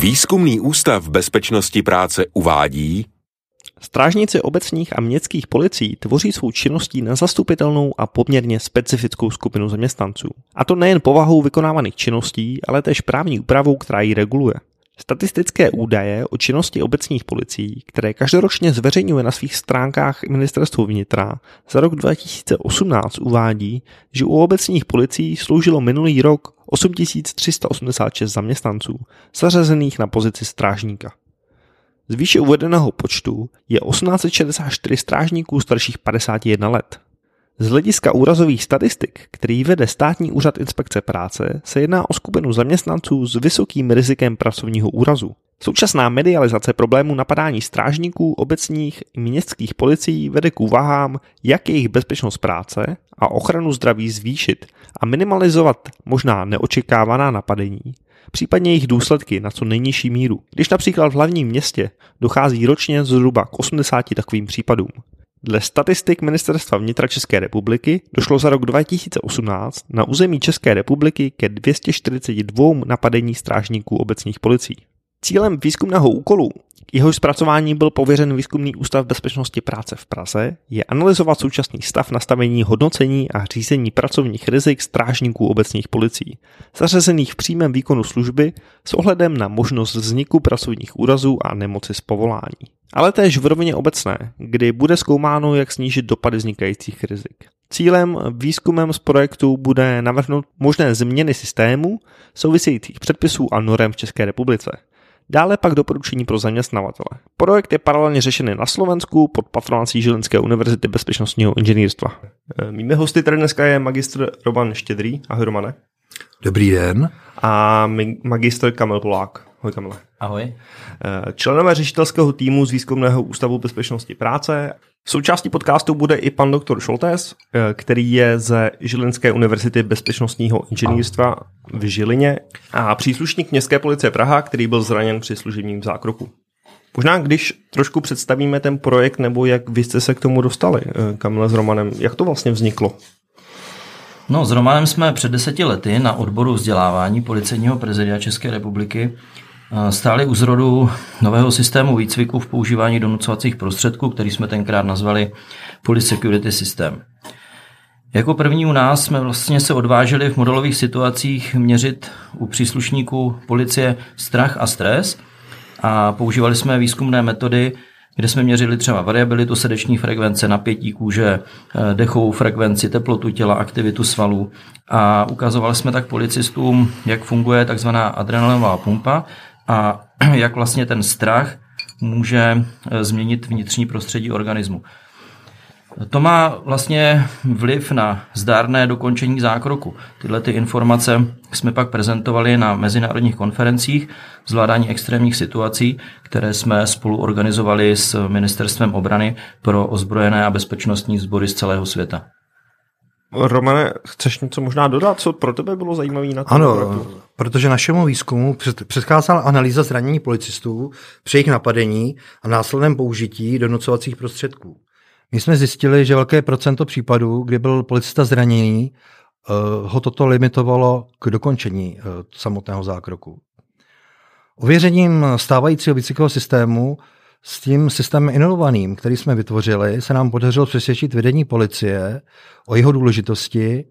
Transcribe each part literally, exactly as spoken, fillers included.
Výzkumný ústav bezpečnosti práce uvádí: Strážníci obecních a městských policií tvoří svou činností nezastupitelnou a poměrně specifickou skupinu zaměstnanců. A to nejen povahou vykonávaných činností, ale též právní úpravou, která ji reguluje. Statistické údaje o činnosti obecních policií, které každoročně zveřejňuje na svých stránkách Ministerstvo vnitra, za rok dva tisíce osmnáct uvádí, že u obecních policií sloužilo minulý rok osm tisíc tři sta osmdesát šest zaměstnanců, zařazených na pozici strážníka. Z výše uvedeného počtu je tisíc osm set šedesát čtyři strážníků starších padesáti jednoho let. Z hlediska úrazových statistik, který vede Státní úřad inspekce práce, se jedná o skupinu zaměstnanců s vysokým rizikem pracovního úrazu. Současná medializace problému napadání strážníků obecních i městských policií vede k úvahám, jak jejich bezpečnost práce a ochranu zdraví zvýšit a minimalizovat možná neočekávaná napadení, případně jejich důsledky na co nejnižší míru, když například v hlavním městě dochází ročně zhruba k osmdesáti takovým případům. Dle statistik Ministerstva vnitra České republiky došlo za rok dva tisíce osmnáct na území České republiky ke dvě stě čtyřiceti dvěma napadení strážníků obecních policií. Cílem výzkumného úkolu, k jehož zpracování byl pověřen Výzkumný ústav bezpečnosti práce v Praze, je analyzovat současný stav nastavení hodnocení a řízení pracovních rizik strážníků obecních policií, zařazených v přímém výkonu služby s ohledem na možnost vzniku pracovních úrazů a nemoci z povolání. Ale též v rovině obecné, kdy bude zkoumáno, jak snížit dopady vznikajících rizik. Cílem výzkumem z projektu bude navrhnout možné změny systému, souvisejících předpisů a norem v České republice. Dále pak doporučení pro zaměstnavatele. Projekt je paralelně řešený na Slovensku pod patronací Žilinské univerzity bezpečnostního inženýrstva. Mými hosty tady dneska je magistr Roman Štědrý. Ahoj Romane. Dobrý den. A magistr Kamil Polák. Ahoj Kamile. Ahoj. Členové řešitelského týmu z Výzkumného ústavu bezpečnosti práce. Součástí podcastu bude i pan doktor Šoltés, který je ze Žilinské univerzity bezpečnostního inženýrstva v Žilině a příslušník Městské policie Praha, který byl zraněn při služebním zákroku. Možná když trošku představíme ten projekt, nebo jak vy jste se k tomu dostali, Kamile s Romanem, jak to vlastně vzniklo? No, s Romanem jsme před deseti lety na odboru vzdělávání Policejního prezidia České republiky stáli u zrodu nového systému výcviku v používání donucovacích prostředků, který jsme tenkrát nazvali Police Security System. Jako první u nás jsme vlastně se odvážili v modelových situacích měřit u příslušníků policie strach a stres a používali jsme výzkumné metody, kde jsme měřili třeba variabilitu srdeční frekvence, napětí kůže, dechovou frekvenci, teplotu těla, aktivitu svalů a ukazovali jsme tak policistům, jak funguje takzvaná adrenalinová pumpa a jak vlastně ten strach může změnit vnitřní prostředí organismu. To má vlastně vliv na zdárné dokončení zákroku. Tyhle ty informace jsme pak prezentovali na mezinárodních konferencích zvládání extrémních situací, které jsme spolu organizovali s Ministerstvem obrany pro ozbrojené a bezpečnostní sbory z celého světa. Romane, chceš něco možná dodat, co pro tebe bylo zajímavé na tom? Ano, projektu? Protože našemu výzkumu předcházela analýza zranění policistů při jejich napadení a následném použití donucovacích prostředků. My jsme zjistili, že velké procento případů, kdy byl policista zraněný, ho toto limitovalo k dokončení samotného zákroku. Ověřením stávajícího výcvikového systému s tím systémem inovovaným, který jsme vytvořili, se nám podařilo přesvědčit vedení policie o jeho důležitosti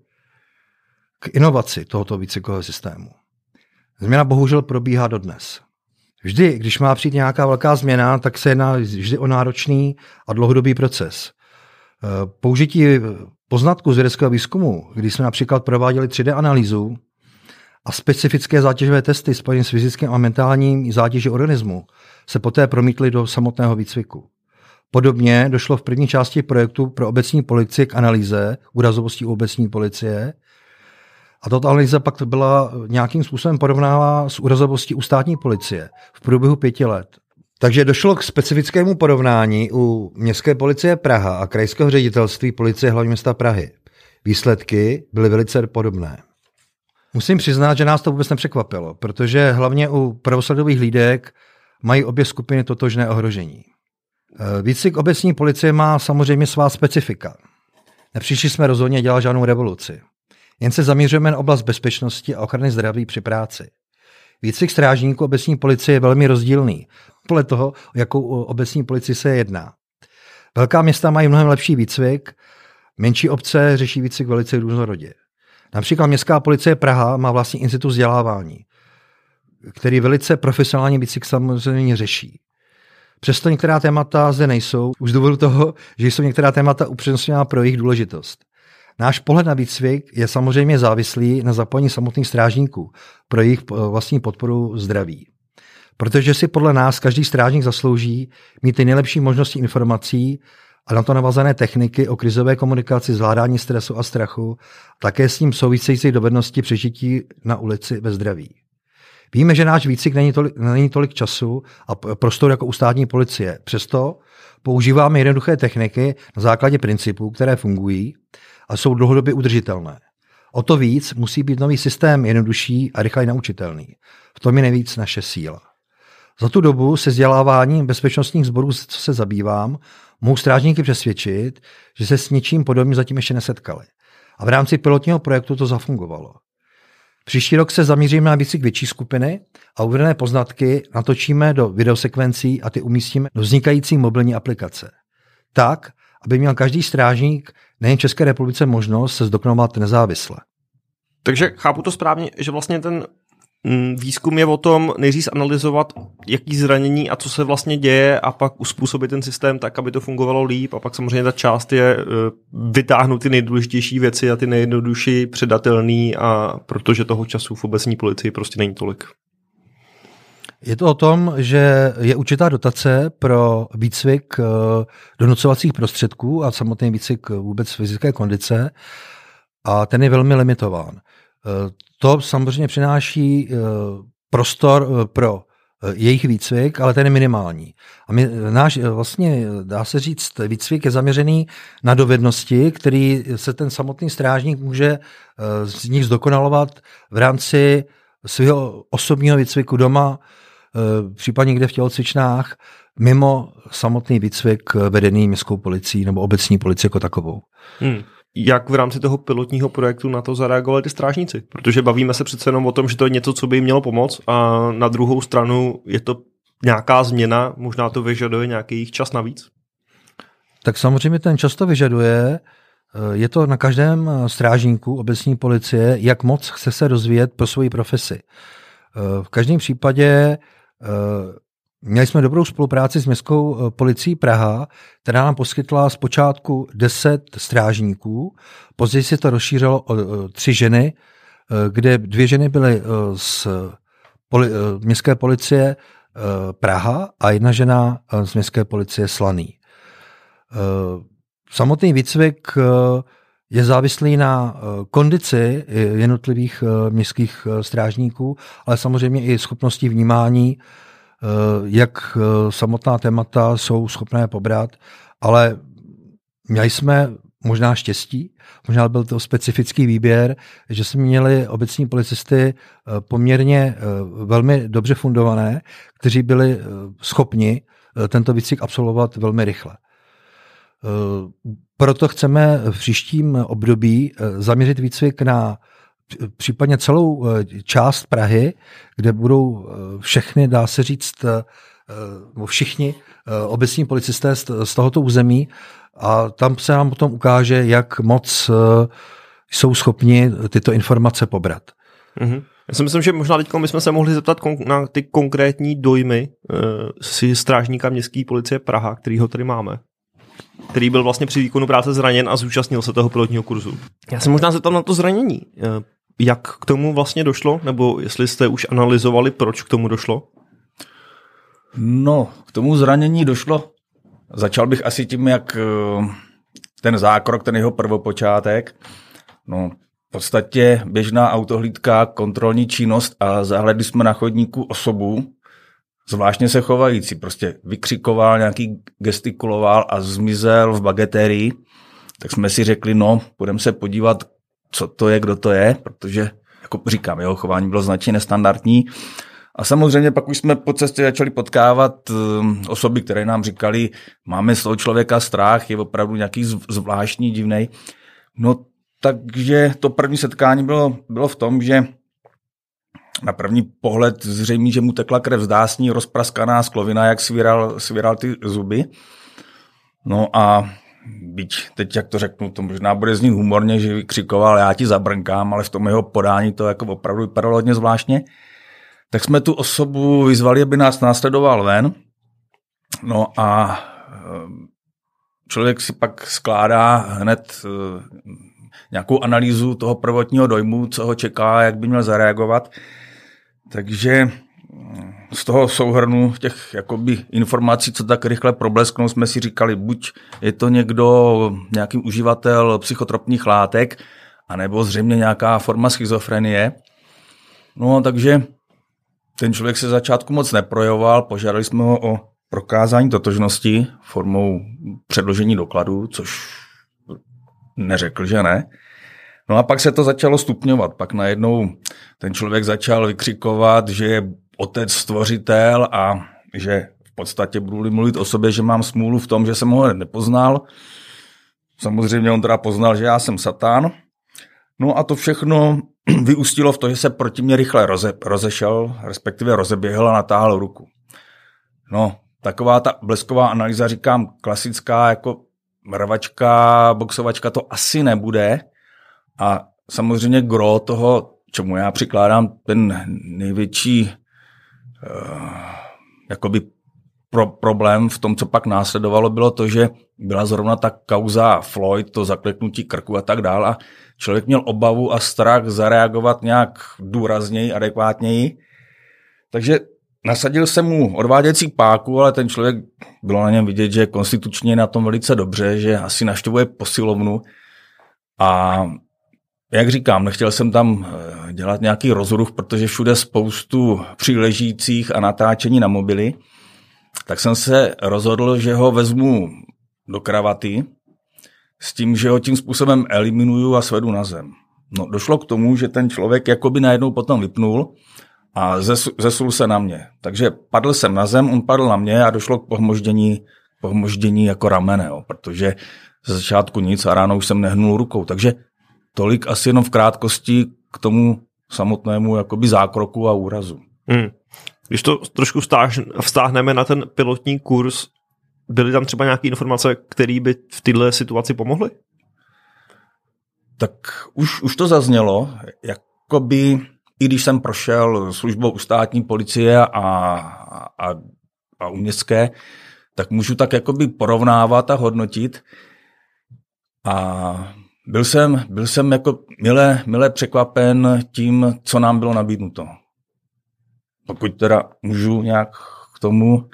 k inovaci tohoto výcvikového systému. Změna bohužel probíhá dodnes. Vždy, když má přijít nějaká velká změna, tak se jedná vždy o náročný a dlouhodobý proces. Použití poznatků z vědeckého výzkumu, kdy jsme například prováděli tři dé analýzu a specifické zátěžové testy spojené s fyzickým a mentálním zátěží organismu, se poté promítly do samotného výcviku. Podobně došlo v první části projektu pro obecní policii k analýze úrazovosti u obecní policie a tato analýza pak byla nějakým způsobem porovnávána s úrazovostí u státní policie v průběhu pěti let. Takže došlo k specifickému porovnání u Městské policie Praha a Krajského ředitelství policie hlavního města Prahy. Výsledky byly velice podobné. Musím přiznat, že nás to vůbec nepřekvapilo, protože hlavně u pravosledových hlídek mají obě skupiny totožné ohrožení. Výcvik obecní policie má samozřejmě svá specifika. Nepřišli jsme rozhodně dělat žádnou revoluci. Jen se zaměřujeme na oblast bezpečnosti a ochrany zdraví při práci. Výcvik strážníků obecní policie je velmi rozdílný podle toho, o jakou obecní policii se jedná. Velká města mají mnohem lepší výcvik, menší obce řeší výcvik velice různorodě. Například Městská policie Praha má vlastní institut vzdělávání, který velice profesionální výcvik samozřejmě řeší. Přesto některá témata zde nejsou, už z důvodu toho, že jsou některá témata upřednostněná pro jejich důležitost. Náš pohled na výcvik je samozřejmě závislý na zapojení samotných strážníků pro jejich vlastní podporu zdraví. Protože si podle nás každý strážník zaslouží mít ty nejlepší možnosti informací a na to navazané techniky o krizové komunikaci, zvládání stresu a strachu, také s ním související dovednosti přežití na ulici ve zdraví. Víme, že náš výcvik není tolik, není tolik času a prostor jako u státní policie. Přesto používáme jednoduché techniky na základě principů, které fungují a jsou dlouhodobě udržitelné. O to víc musí být nový systém jednodušší a rychleji naučitelný. V tom je nejvíc naše síla. Za tu dobu se vzděláváním bezpečnostních sborů, co se zabývám, mohou strážníky přesvědčit, že se s něčím podobným zatím ještě nesetkali. A v rámci pilotního projektu to zafungovalo. Příští rok se zaměříme na výcvik větší skupiny a uvedené poznatky natočíme do videosekvencí a ty umístíme do vznikající mobilní aplikace. Tak, aby měl každý strážník nejen v České republice možnost se zdokonalovat nezávisle. Takže chápu to správně, že vlastně ten výzkum je o tom nejdřív analyzovat, jaký zranění a co se vlastně děje a pak uspůsobit ten systém tak, aby to fungovalo líp a pak samozřejmě ta část je vytáhnout ty nejdůležitější věci a ty nejjednodušší předatelný a protože toho času v obecní policii prostě není tolik. Je to o tom, že je určitá dotace pro výcvik donucovacích prostředků a samotný výcvik vůbec fyzické kondice a ten je velmi limitován. To samozřejmě přináší prostor pro jejich výcvik, ale ten je minimální. A my, náš, vlastně dá se říct, výcvik je zaměřený na dovednosti, který se ten samotný strážník může z nich zdokonalovat v rámci svého osobního výcviku doma, případně někde v tělocvičnách, mimo samotný výcvik vedený městskou policií nebo obecní policii jako takovou. Hmm. Jak v rámci toho pilotního projektu na to zareagovali ty strážníci? Protože bavíme se přece jenom o tom, že to je něco, co by jim mělo pomoct a na druhou stranu je to nějaká změna, možná to vyžaduje nějaký jejich čas navíc? Tak samozřejmě ten čas to vyžaduje. Je to na každém strážníku obecní policie, jak moc chce se rozvíjet pro svoji profesi. V každém případě měli jsme dobrou spolupráci s Městskou policií Praha, která nám poskytla zpočátku deset strážníků, později se to rozšířilo o tři ženy, kde dvě ženy byly z poli- Městské policie Praha a jedna žena z Městské policie Slaný. Samotný výcvik je závislý na kondici jednotlivých městských strážníků, ale samozřejmě i schopnosti vnímání, jak samotná témata jsou schopné pobrat, ale měli jsme možná štěstí, možná byl to specifický výběr, že jsme měli obecní policisty poměrně velmi dobře fundované, kteří byli schopni tento výcvik absolvovat velmi rychle. Proto chceme v příštím období zaměřit výcvik na případně celou část Prahy, kde budou všechny, dá se říct, všichni obecní policisté z tohoto území a tam se nám potom ukáže, jak moc jsou schopni tyto informace pobrat. Mm-hmm. Já si myslím, že možná teď bychom se mohli zeptat na ty konkrétní dojmy si strážníka Městské policie Praha, kterýho tady máme, který byl vlastně při výkonu práce zraněn a zúčastnil se toho pilotního kurzu. Já se možná zeptal na to zranění. Jak k tomu vlastně došlo? Nebo jestli jste už analyzovali, proč k tomu došlo? No, k tomu zranění došlo. Začal bych asi tím, jak ten zákrok, ten jeho prvopočátek. No, v podstatě běžná autohlídka, kontrolní činnost a zahledli jsme na chodníku osobu, zvláštně se chovající. Prostě vykřikoval, nějaký gestikuloval a zmizel v bagetérii. Tak jsme si řekli, no, půjdeme se podívat, co to je, kdo to je, protože, jako říkám, jeho chování bylo značně nestandardní. A samozřejmě pak už jsme po cestě začali potkávat um, osoby, které nám říkali, máme z toho člověka strach, je opravdu nějaký zvláštní, divnej. No, takže to první setkání bylo, bylo v tom, že na první pohled zřejmě, že mu tekla krev z dásní, rozpraskaná sklovina, jak svíral, svíral ty zuby. No a byť teď, jak to řeknu, to možná bude znít humorně, že vykřikoval, já ti zabrnkám, ale v tom jeho podání to jako opravdu vypadalo hodně zvláštně. Tak jsme tu osobu vyzvali, aby nás následoval ven. No a člověk si pak skládá hned nějakou analýzu toho prvotního dojmu, co ho čeká, jak by měl zareagovat. Takže z toho souhrnu těch jakoby informací, co tak rychle problesknou, jsme si říkali, buď je to někdo, nějaký uživatel psychotropních látek, anebo zřejmě nějaká forma schizofrenie. No takže ten člověk se začátku moc neprojevoval, požádali jsme ho o prokázání totožnosti formou předložení dokladů, což neřekl, že ne. No a pak se to začalo stupňovat. Pak najednou ten člověk začal vykřikovat, že je otec stvořitel a že v podstatě budu-li mluvit o sobě, že mám smůlu v tom, že jsem ho nepoznal. Samozřejmě on teda poznal, že já jsem Satan. No a to všechno vyústilo v to, že se proti mě rychle roze, rozešel, respektive rozeběhl a natáhl ruku. No, taková ta blesková analýza, říkám, klasická, jako rvačka, boxovačka, to asi nebude. A samozřejmě gro toho, čemu já přikládám ten největší uh, jakoby pro, problém v tom, co pak následovalo, bylo to, že byla zrovna ta kauza Floyd, to zakleknutí krku a tak dál a člověk měl obavu a strach zareagovat nějak důrazněji, adekvátněji. Takže nasadil jsem mu odváděcí páku, ale ten člověk, bylo na něm vidět, že je konstitučně na tom velice dobře, že asi navštěvuje posilovnu a jak říkám, nechtěl jsem tam dělat nějaký rozruch, protože všude spoustu přiležících a natáčení na mobily, tak jsem se rozhodl, že ho vezmu do kravaty s tím, že ho tím způsobem eliminuju a svedu na zem. No, došlo k tomu, že ten člověk jakoby najednou potom vypnul a zesul se na mě. Takže padl jsem na zem, on padl na mě a došlo k pohmoždění, pohmoždění jako ramene, jo, protože ze začátku nic a ráno už jsem nehnul rukou. Takže tolik asi jenom v krátkosti k tomu samotnému jakoby zákroku a úrazu. Hmm. Když to trošku vztáhneme na ten pilotní kurz, byly tam třeba nějaké informace, které by v této situaci pomohly? Tak už, už to zaznělo, jakoby, i když jsem prošel službou u státní policie a, a, a u městské, tak můžu tak jakoby porovnávat a hodnotit. A byl jsem, byl jsem jako milé, milé překvapen tím, co nám bylo nabídnuto. Pokud teda můžu nějak k tomu. Uh,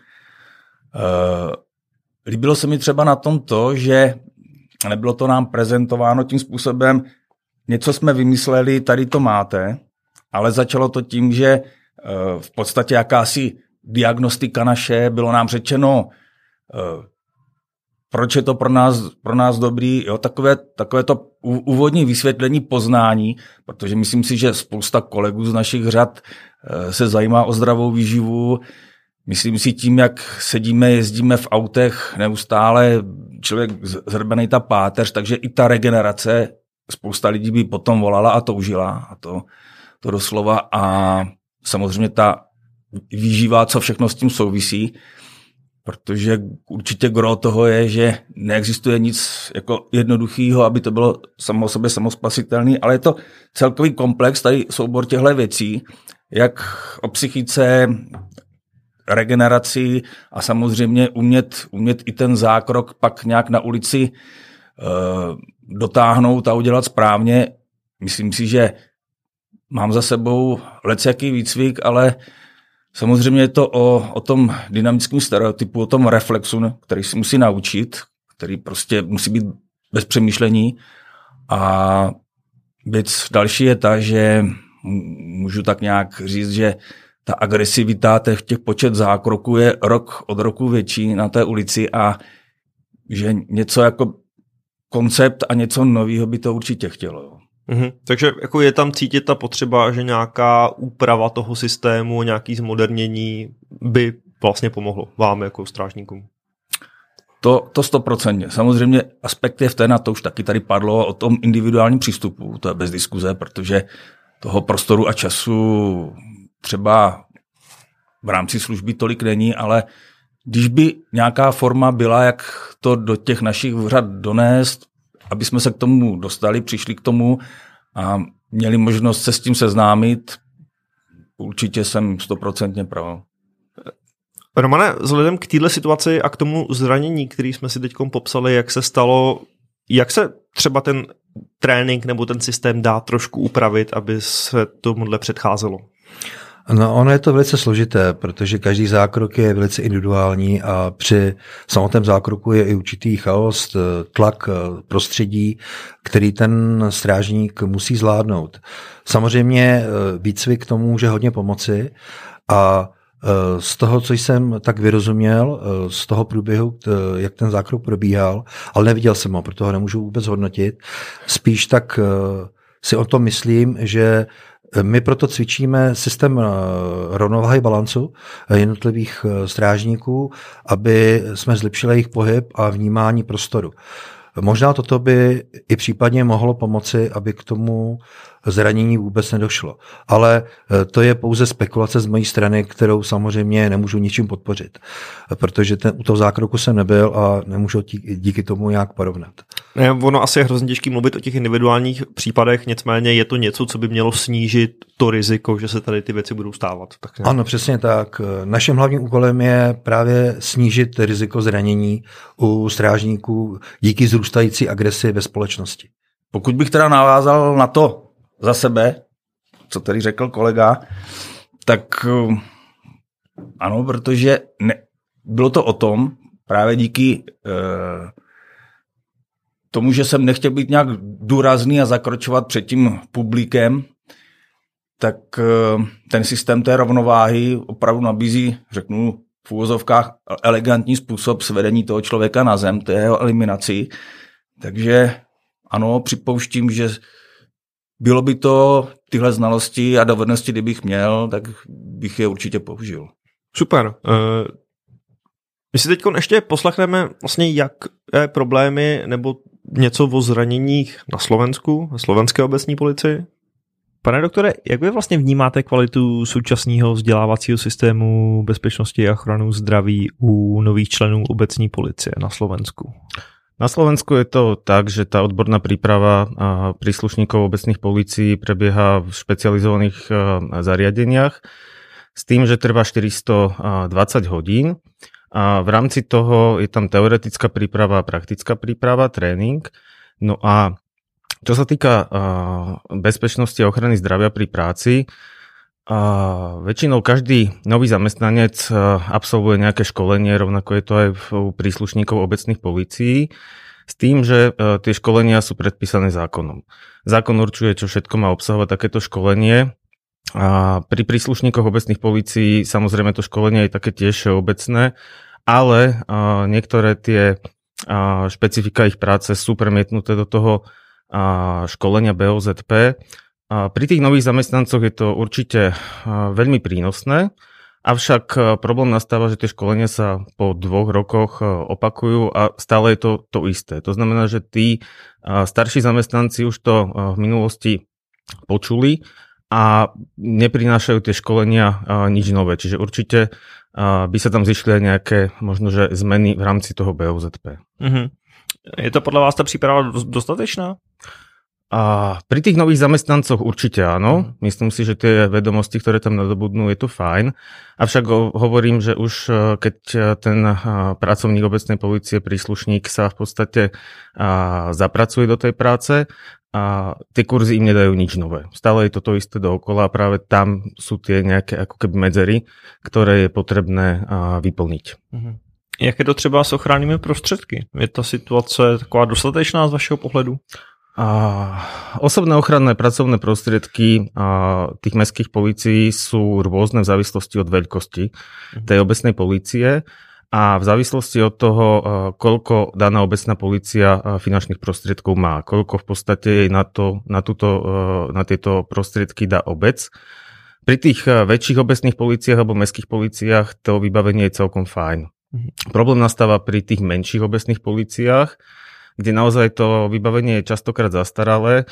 líbilo se mi třeba na tom to, že nebylo to nám prezentováno tím způsobem, něco jsme vymysleli, tady to máte, ale začalo to tím, že uh, v podstatě jakási diagnostika naše, bylo nám řečeno, uh, proč je to pro nás, pro nás dobrý, jo, takové, takové to úvodní vysvětlení poznání, protože myslím si, že spousta kolegů z našich řad se zajímá o zdravou výživu. Myslím si tím, jak sedíme, jezdíme v autech neustále, člověk zhrbenej ta páteř, takže i ta regenerace, spousta lidí by potom volala a toužila, a to, to doslova. A samozřejmě ta výživa, co všechno s tím souvisí, protože určitě gro toho je, že neexistuje nic jako jednoduchého, aby to bylo samo o sobě samospasitelný, ale je to celkový komplex, tady soubor těchto věcí, jak o psychice, regeneraci a samozřejmě umět, umět i ten zákrok pak nějak na ulici e, dotáhnout a udělat správně. Myslím si, že mám za sebou lecjaký výcvik, ale samozřejmě je to o, o tom dynamickém stereotypu, o tom reflexu, který si musí naučit, který prostě musí být bez přemýšlení. A věc další je ta, že můžu tak nějak říct, že ta agresivita, těch, těch počet zákroků je rok od roku větší na té ulici a že něco jako koncept a něco nového by to určitě chtělo. Mhm. Takže jako je tam cítit ta potřeba, že nějaká úprava toho systému, nějaký zmodernění by vlastně pomohlo vám jako strážníkům. To, to stoprocentně. Samozřejmě aspekt je v té, na to už taky tady padlo, o tom individuálním přístupu, to je bez diskuze, protože toho prostoru a času třeba v rámci služby tolik není, ale když by nějaká forma byla, jak to do těch našich úřad donést, aby jsme se k tomu dostali, přišli k tomu a měli možnost se s tím seznámit, určitě jsem stoprocentně pro. Romane, vzhledem k této situaci a k tomu zranění, který jsme si teď popsali, jak se stalo, jak se třeba ten trénink nebo ten systém dá trošku upravit, aby se tomuhle předcházelo? No, ono je to velice složité, protože každý zákrok je velice individuální a při samotném zákroku je i určitý chaos, tlak, prostředí, který ten strážník musí zvládnout. Samozřejmě výcvik tomu může hodně pomoci a z toho, co jsem tak vyrozuměl, z toho průběhu, jak ten zákrok probíhal, ale neviděl jsem ho, proto ho nemůžu vůbec hodnotit. Spíš tak si o tom myslím, že my proto cvičíme systém rovnováhy balancu jednotlivých strážníků, aby jsme zlepšili jejich pohyb a vnímání prostoru. Možná toto by i případně mohlo pomoci, aby k tomu zranění vůbec nedošlo. Ale to je pouze spekulace z mojí strany, kterou samozřejmě nemůžu ničím podpořit, protože ten, u toho zákroku jsem nebyl a nemůžu díky tomu nějak porovnat. Ne, ono asi je hrozně těžký mluvit o těch individuálních případech, nicméně je to něco, co by mělo snížit to riziko, že se tady ty věci budou stávat. Tak ano, přesně tak. Naším hlavním úkolem je právě snížit riziko zranění u strážníků díky zrůstající agresi ve společnosti. Pokud bych teda navázal na to za sebe, co tady řekl kolega, tak ano, protože ne, bylo to o tom, právě díky eh, tomu, že jsem nechtěl být nějak důrazný a zakročovat před tím publikem, tak eh, ten systém té rovnováhy opravdu nabízí, řeknu v úvozovkách, elegantní způsob svedení toho člověka na zem, té jeho eliminaci. Takže ano, připouštím, že bylo by to tyhle znalosti a dovednosti, kdybych měl, tak bych je určitě použil. Super. Uh, my si teď ještě poslechneme vlastně, jaké problémy nebo něco o zraněních na Slovensku, na slovenské obecní policii. Pane doktore, jak vy vlastně vnímáte kvalitu současného vzdělávacího systému bezpečnosti a ochranu zdraví u nových členů obecní policie na Slovensku? Na Slovensku je to tak, že tá odborná príprava príslušníkov obecných polícií prebieha v špecializovaných zariadeniach s tým, že trvá štyristodvadsať hodín. A v rámci toho je tam teoretická príprava a praktická príprava, tréning. No a čo sa týka bezpečnosti a ochrany zdravia pri práci, a väčšinou každý nový zamestnanec absolvuje nejaké školenie, rovnako je to aj u príslušníkov obecných polícií, s tým, že tie školenia sú predpísané zákonom. Zákon určuje, čo všetko má obsahovať takéto školenie. A pri príslušníkoch obecných polícií samozrejme to školenie je také tiež obecné, ale niektoré tie špecifika ich práce sú premietnuté do toho školenia bé ó zet pé. A pri tých nových zamestnancoch je to určite veľmi prínosné, avšak problém nastáva, že tie školenia sa po dvoch rokoch opakujú a stále je to to isté. To znamená, že tí starší zamestnanci už to v minulosti počuli a neprinášajú tie školenia nič nové. Čiže určite by sa tam zišli aj nejaké možno, že zmeny v rámci toho bé ó zet pé. Mm-hmm. Je to podľa vás tá príprava dostatečná? A pri tých nových zamestnancoch určite áno. Myslím si, že tie vedomosti, ktoré tam nadobudnú, je to fajn. Avšak hovorím, že už keď ten pracovník obecnej polície, príslušník sa v podstate zapracuje do tej práce, a tie kurzy im nedajú nič nové. Stále je toto isté dookola a práve tam sú tie nejaké ako keby medzery, ktoré je potrebné vyplniť. Mhm. Jak je to třeba s ochrannými prostředky? Je ta situace taková dostatečná z vašeho pohledu? A osobné ochranné pracovné prostriedky a tých mestských polícií sú rôzne v závislosti od veľkosti tej obecnej polície a v závislosti od toho, koľko daná obecná polícia finančných prostriedkov má, koľko v podstate jej na, to, na, túto, na tieto prostriedky dá obec. Pri tých väčších obecných políciách alebo mestských políciách to vybavenie je celkom fajn. Mhm. Problém nastáva pri tých menších obecných políciách, kde naozaj to vybavenie je častokrát zastaralé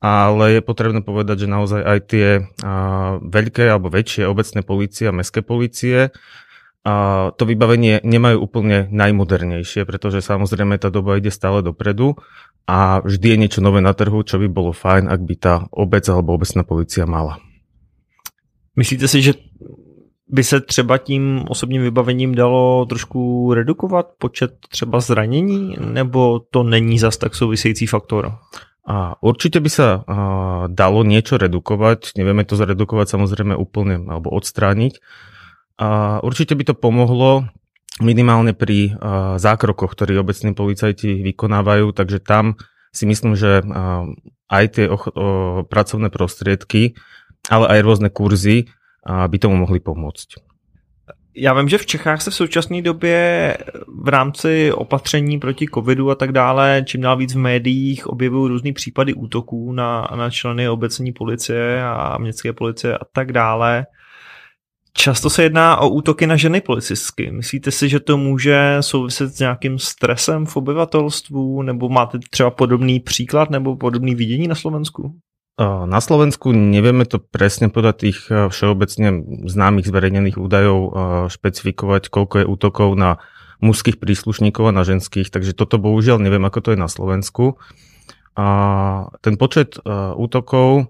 ale je potrebné povedať, že naozaj aj tie a, veľké alebo väčšie obecné polície a mestské polície a to vybavenie nemajú úplne najmodernejšie, pretože samozrejme tá doba ide stále dopredu a vždy je niečo nové na trhu, čo by bolo fajn, ak by tá obec alebo obecná polícia mala. Myslíte si, že by se třeba tím osobním vybavením dalo trošku redukovat počet třeba zranění, nebo to není zas tak související faktor? A určite by sa a, dalo niečo redukovať, nevieme to zredukovať samozrejme úplne alebo odstrániť. A určite by to pomohlo minimálne pri a, zákrokoch, ktoré obecní policajti vykonávajú, takže tam si myslím, že a, aj tie o, o, pracovné prostriedky, ale aj rôzne kurzy a, by tomu mohli pomôcť. Já vím, že v Čechách se v současné době v rámci opatření proti covidu a tak dále, čím dál víc v médiích objevují různý případy útoků na, na členy obecní policie a městské policie a tak dále. Často se jedná o útoky na ženy policistky. Myslíte si, že to může souviset s nějakým stresem v obyvatelstvu, nebo máte třeba podobný příklad nebo podobný vidění na Slovensku? Na Slovensku nevieme to presne podľa tých všeobecne známych zverejnených údajov špecifikovať, koľko je útokov na mužských príslušníkov a na ženských, takže toto bohužiaľ neviem, ako to je na Slovensku. Ten počet útokov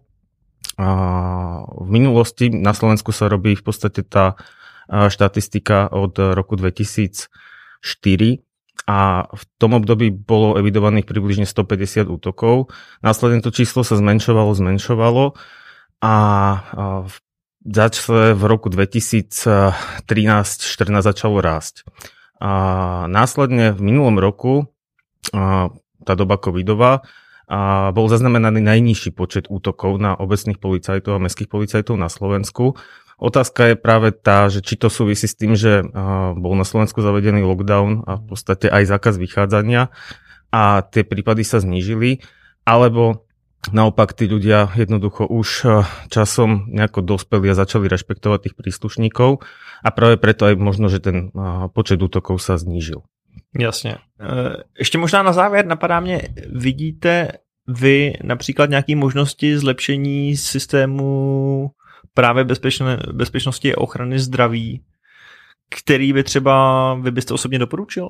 v minulosti na Slovensku sa robí v podstate tá štatistika od roku dvetisícštyri, a v tom období bolo evidovaných približne stopäťdesiat útokov. Následne to číslo sa zmenšovalo, zmenšovalo a v, začne v roku dvetisíctrinásť štrnásť začalo rásť. A následne v minulom roku, a tá doba covidová, a bol zaznamenaný najnižší počet útokov na obecných policajtov a mestských policajtov na Slovensku. Otázka je práve tá, že či to súvisí s tým, že bol na Slovensku zavedený lockdown a v podstate aj zákaz vychádzania a tie prípady sa znížili, alebo naopak tí ľudia jednoducho už časom nejako dospeli a začali rešpektovať tých príslušníkov a práve preto aj možno, že ten počet útokov sa znížil. Jasně. Ještě možná na závěr napadá mě, vidíte vy například nějaké možnosti zlepšení systému právě bezpečné, bezpečnosti a ochrany zdraví, který by třeba vy byste osobně doporučil?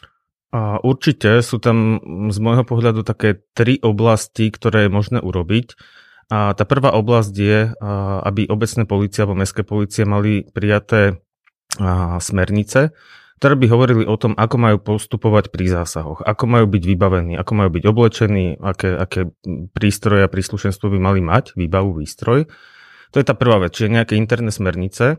A určite sú tam z môjho pohľadu také tri oblasti, ktoré je možné urobiť. A tá prvá oblasť je, aby obecné polície alebo mestské polície mali prijaté smernice, ktoré by hovorili o tom, ako majú postupovať pri zásahoch, ako majú byť vybavení, ako majú byť oblečení, aké, aké prístroje a príslušenstvo by mali mať, výbavu, výstroj. To je tá prvá vec, čiže nejaké interné smernice.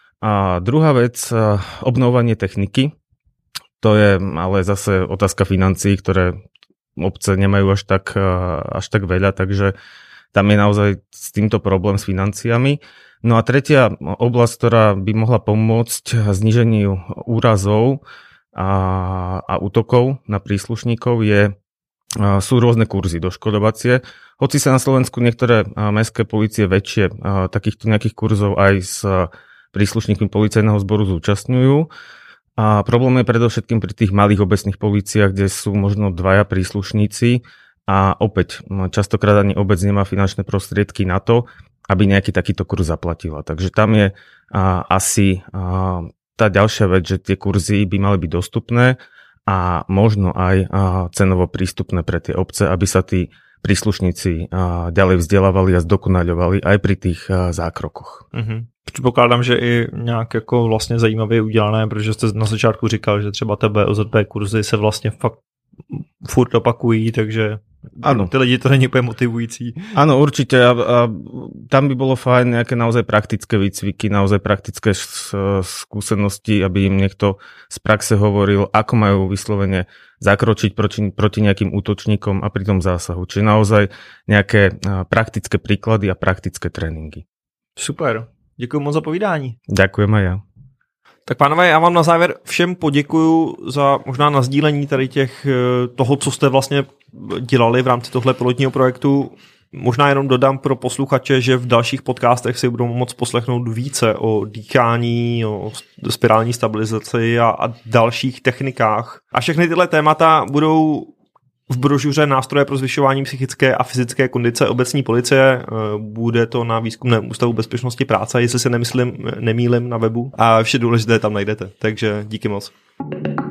A druhá vec, obnovovanie techniky. To je ale zase otázka financií, ktoré obce nemajú až tak, až tak veľa, takže tam je naozaj s týmto problém s financiami. No a tretia oblasť, ktorá by mohla pomôcť zníženiu úrazov a, a útokov na príslušníkov je sú rôzne kurzy doškodovacie. Hoci sa na Slovensku niektoré mestské polície väčšie takýchto nejakých kurzov aj s príslušníkmi policajného zboru zúčastňujú. A problém je predovšetkým pri tých malých obecných políciách, kde sú možno dvaja príslušníci a opäť častokrát ani obec nemá finančné prostriedky na to, aby nejaký takýto kurz zaplatila. Takže tam je a, asi a, tá ďalšia vec, že tie kurzy by mali byť dostupné a možno aj cenovo prístupné pre tie obce, aby sa tí príslušníci ďalej vzdelávali a zdokonaľovali aj pri tých zákrokoch. Mm-hmm. Předpokládám, že i nějak jako vlastně zajímavě udělané, protože jste na začátku říkal, že třeba ty B O Z P kurzy se vlastně fakt furt opakují, takže ano. Ty lidi to není úplně motivující. Áno, určite. A, a tam by bolo fajn nejaké naozaj praktické výcviky, naozaj praktické skúsenosti, aby im niekto z praxe hovoril, ako majú vyslovene zakročiť proti, proti nejakým útočníkom a pri tom zásahu. Čiže naozaj nejaké praktické príklady a praktické tréninky. Super. Děkuji moc za povídání. Ďakujem aj ja. Tak pánové, já vám na závěr všem poděkuju za možná nasdílení tady těch toho, co jste vlastně dělali v rámci tohle pilotního projektu. Možná jenom dodám pro posluchače, že v dalších podcastech si budou moct poslechnout více o dýchání, o spirální stabilizaci a, a dalších technikách. A všechny tyhle témata budou v brožuře Nástroje pro zvyšování psychické a fyzické kondice obecní policie. Bude to na Výzkumném ústavu bezpečnosti práce, jestli se nemyslím, nemýlim na webu. A vše důležité tam najdete. Takže díky moc.